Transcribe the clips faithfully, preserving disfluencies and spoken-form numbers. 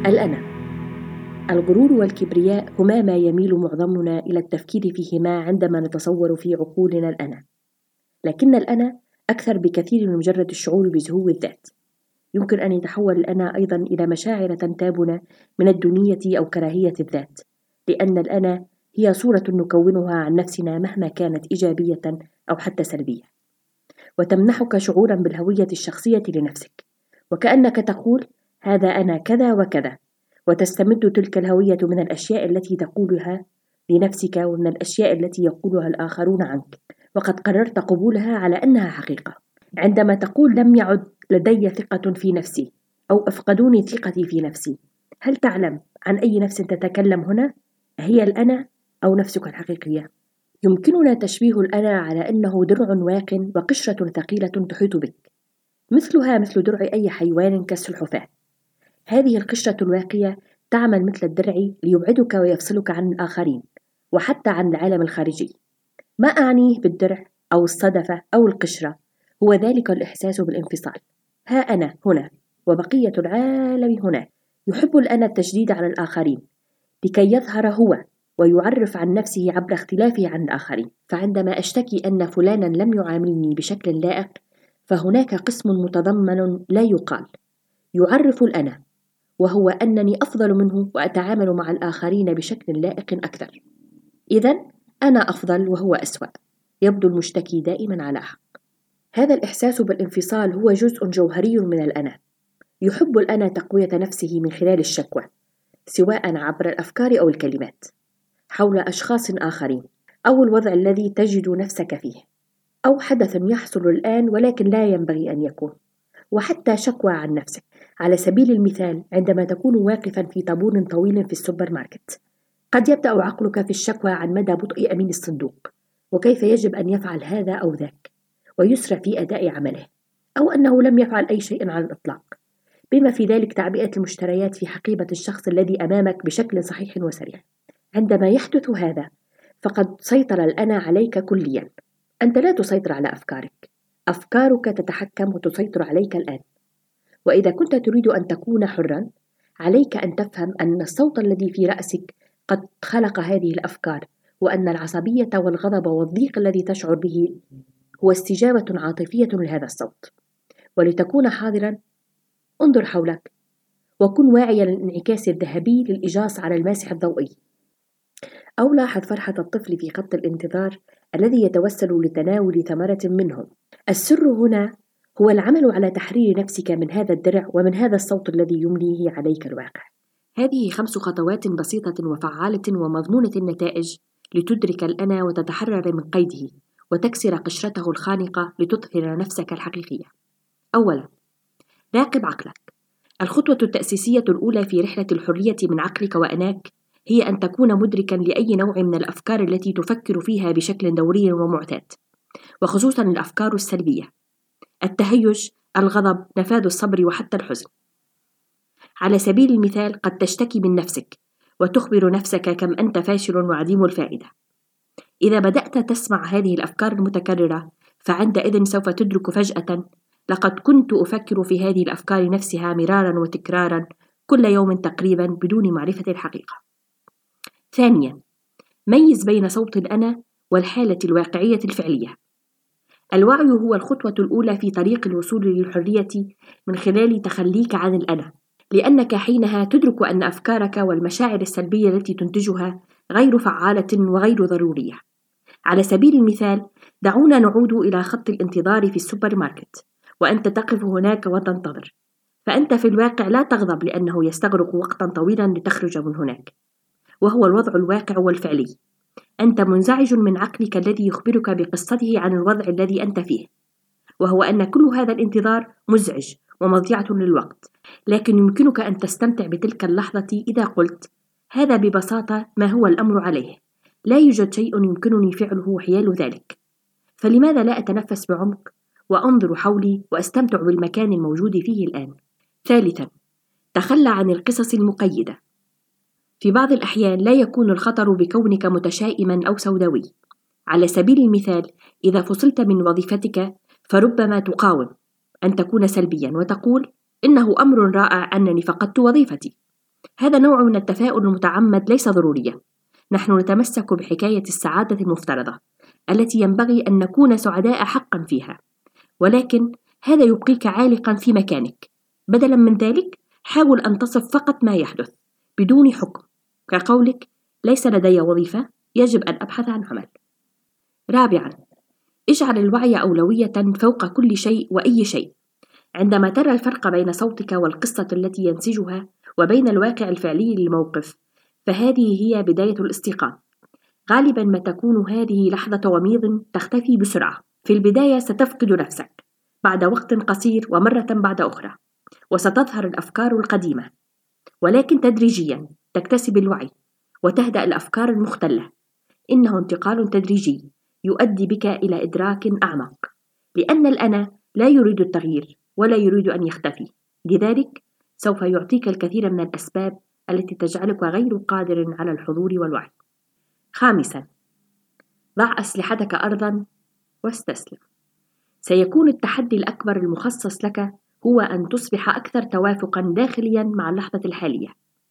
الأنا. الغرور والكبرياء هما ما يميل معظمنا إلى التفكير فيهما عندما نتصور في عقولنا الأنا، لكن الأنا أكثر بكثير من مجرد الشعور بزهو الذات. يمكن أن يتحول الأنا أيضا إلى مشاعر تنتابنا من الدونية أو كراهية الذات، لأن الأنا هي صورة نكونها عن نفسنا مهما كانت إيجابية أو حتى سلبية، وتمنحك شعورا بالهوية الشخصية لنفسك، وكأنك تقول هذا أنا كذا وكذا، وتستمد تلك الهوية من الأشياء التي تقولها لنفسك ومن الأشياء التي يقولها الآخرون عنك، وقد قررت قبولها على أنها حقيقة. عندما تقول لم يعد لدي ثقة في نفسي أو أفقدوني ثقتي في نفسي، هل تعلم عن أي نفس تتكلم هنا؟ هي الأنا أو نفسك الحقيقية؟ يمكننا تشبيه الأنا على أنه درع واق وقشرة ثقيلة تحيط بك، مثلها مثل درع أي حيوان كالسلحفاة. هذه القشرة الواقية تعمل مثل الدرع ليبعدك ويفصلك عن الآخرين وحتى عن العالم الخارجي. ما أعنيه بالدرع أو الصدفة أو القشرة هو ذلك الإحساس بالانفصال. ها أنا هنا وبقية العالم هنا. يحب الأنا التشديد على الآخرين لكي يظهر هو ويعرف عن نفسه عبر اختلافه عن الآخرين. فعندما أشتكي أن فلانا لم يعاملني بشكل لائق، فهناك قسم متضمن لا يقال يعرف الأنا، وهو أنني أفضل منه وأتعامل مع الآخرين بشكل لائق أكثر. إذن أنا أفضل وهو أسوأ. يبدو المشتكي دائما على حق. هذا الإحساس بالانفصال هو جزء جوهري من الأنا. يحب الأنا تقوية نفسه من خلال الشكوى، سواء عبر الأفكار أو الكلمات، حول أشخاص آخرين، أو الوضع الذي تجد نفسك فيه، أو حدث يحصل الآن ولكن لا ينبغي أن يكون، وحتى شكوى عن نفسك. على سبيل المثال، عندما تكون واقفا في طابور طويل في السوبر ماركت، قد يبدأ عقلك في الشكوى عن مدى بطء أمين الصندوق وكيف يجب أن يفعل هذا أو ذاك ويسرع في أداء عمله، أو أنه لم يفعل أي شيء على الإطلاق، بما في ذلك تعبئة المشتريات في حقيبة الشخص الذي أمامك بشكل صحيح وسريع. عندما يحدث هذا فقد سيطر الأنا عليك كليا. أنت لا تسيطر على أفكارك، أفكارك تتحكم وتسيطر عليك الآن. وإذا كنت تريد أن تكون حرا، عليك أن تفهم أن الصوت الذي في رأسك قد خلق هذه الأفكار، وأن العصبية والغضب والضيق الذي تشعر به هو استجابة عاطفية لهذا الصوت. ولتكون حاضرا، انظر حولك وكن واعيا للانعكاس الذهبي للإجاص على الماسح الضوئي، أو لاحظ فرحة الطفل في خط الانتظار الذي يتوسل لتناول ثمرة منه. السر هنا هو العمل على تحرير نفسك من هذا الدرع ومن هذا الصوت الذي يمليه عليك الواقع. هذه خمس خطوات بسيطة وفعالة ومضمونة النتائج لتدرك الأنا وتتحرر من قيده وتكسر قشرته الخانقة لتظهر نفسك الحقيقية. أولا، راقب عقلك. الخطوة التأسيسية الأولى في رحلة الحرية من عقلك وأناك هي أن تكون مدركا لأي نوع من الأفكار التي تفكر فيها بشكل دوري ومعتاد، وخصوصا الأفكار السلبية: التهيج، الغضب، نفاذ الصبر، وحتى الحزن. على سبيل المثال، قد تشتكي من نفسك وتخبر نفسك كم أنت فاشل وعديم الفائدة. إذا بدأت تسمع هذه الأفكار المتكررة، فعندئذ سوف تدرك فجأة: لقد كنت أفكر في هذه الأفكار نفسها مرارا وتكرارا كل يوم تقريبا بدون معرفة الحقيقة. ثانيا، ميز بين صوت الأنا والحالة الواقعية الفعلية. الوعي هو الخطوة الأولى في طريق الوصول للحرية من خلال تخليك عن الأنا، لأنك حينها تدرك أن أفكارك والمشاعر السلبية التي تنتجها غير فعالة وغير ضرورية. على سبيل المثال، دعونا نعود إلى خط الانتظار في السوبر ماركت، وأنت تقف هناك وتنتظر، فأنت في الواقع لا تغضب لأنه يستغرق وقتا طويلا لتخرج من هناك، وهو الوضع الواقع والفعلي. أنت منزعج من عقلك الذي يخبرك بقصته عن الوضع الذي أنت فيه، وهو أن كل هذا الانتظار مزعج ومضيعة للوقت، لكن يمكنك أن تستمتع بتلك اللحظة إذا قلت: هذا ببساطة ما هو الأمر عليه، لا يوجد شيء يمكنني فعله حيال ذلك، فلماذا لا أتنفس بعمق وأنظر حولي وأستمتع بالمكان الموجود فيه الآن؟ ثالثا، تخلى عن القصص المقيدة. في بعض الأحيان لا يكون الخطر بكونك متشائما أو سوداوي. على سبيل المثال، إذا فصلت من وظيفتك فربما تقاوم أن تكون سلبيا وتقول: إنه أمر رائع أنني فقدت وظيفتي. هذا نوع من التفاؤل المتعمد ليس ضروريا. نحن نتمسك بحكاية السعادة المفترضة التي ينبغي أن نكون سعداء حقا فيها، ولكن هذا يبقيك عالقا في مكانك. بدلا من ذلك حاول أن تصف فقط ما يحدث بدون حكم، كقولك ليس لدي وظيفة، يجب أن أبحث عن عمل. رابعا، اجعل الوعي أولوية فوق كل شيء وأي شيء. عندما ترى الفرق بين صوتك والقصة التي ينسجها وبين الواقع الفعلي للموقف، فهذه هي بداية الاستيقاظ. غالبا ما تكون هذه لحظة وميض تختفي بسرعة. في البداية ستفقد نفسك، بعد وقت قصير ومرة بعد أخرى، وستظهر الأفكار القديمة، ولكن تدريجيا تكتسب الوعي وتهدأ الأفكار المختلة. إنه انتقال تدريجي يؤدي بك إلى إدراك أعمق، لأن الأنا لا يريد التغيير ولا يريد أن يختفي، لذلك سوف يعطيك الكثير من الأسباب التي تجعلك غير قادر على الحضور والوعي. خامسا، ضع أسلحتك أرضا واستسلم. سيكون التحدي الأكبر المخصص لك هو أن تصبح أكثر توافقا داخليا مع اللحظة الحالية.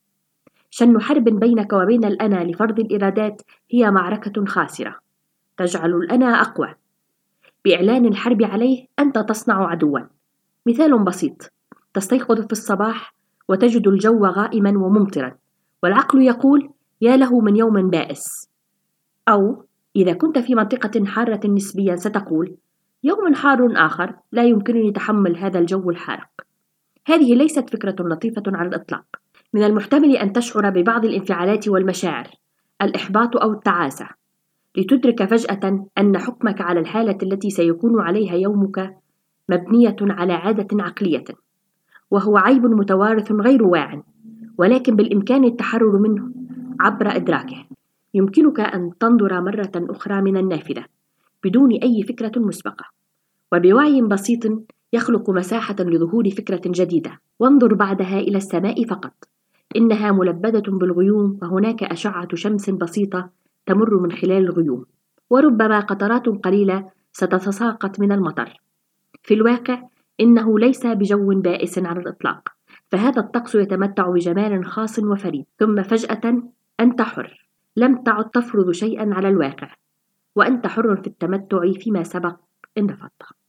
شن حرب بينك وبين الأنا لفرض الإرادات هي معركة خاسرة تجعل الأنا أقوى. بإعلان الحرب عليه أنت تصنع عدوا. مثال بسيط: تستيقظ في الصباح وتجد الجو غائما وممطرا، والعقل يقول يا له من يوم بائس. أو إذا كنت في منطقة حارة نسبيا ستقول يوم حار آخر، لا يمكنني تحمل هذا الجو الحارق. هذه ليست فكرة لطيفة على الإطلاق. من المحتمل أن تشعر ببعض الانفعالات والمشاعر، الإحباط أو التعاسة، لتدرك فجأة أن حكمك على الحالة التي سيكون عليها يومك مبنية على عادة عقلية، وهو عيب متوارث غير واع، ولكن بالإمكان التحرر منه عبر إدراكه. يمكنك أن تنظر مرة أخرى من النافذة بدون أي فكرة مسبقة، وبوعي بسيط يخلق مساحة لظهور فكرة جديدة. وانظر بعدها إلى السماء فقط، إنها ملبدة بالغيوم، وهناك أشعة شمس بسيطة تمر من خلال الغيوم، وربما قطرات قليلة ستتساقط من المطر. في الواقع إنه ليس بجو بائس على الإطلاق، فهذا الطقس يتمتع بجمال خاص وفريد. ثم فجأة أنت حر، لم تعد تفرض شيئا على الواقع، وأنت حر في التمتع فيما سبق إن رفضته.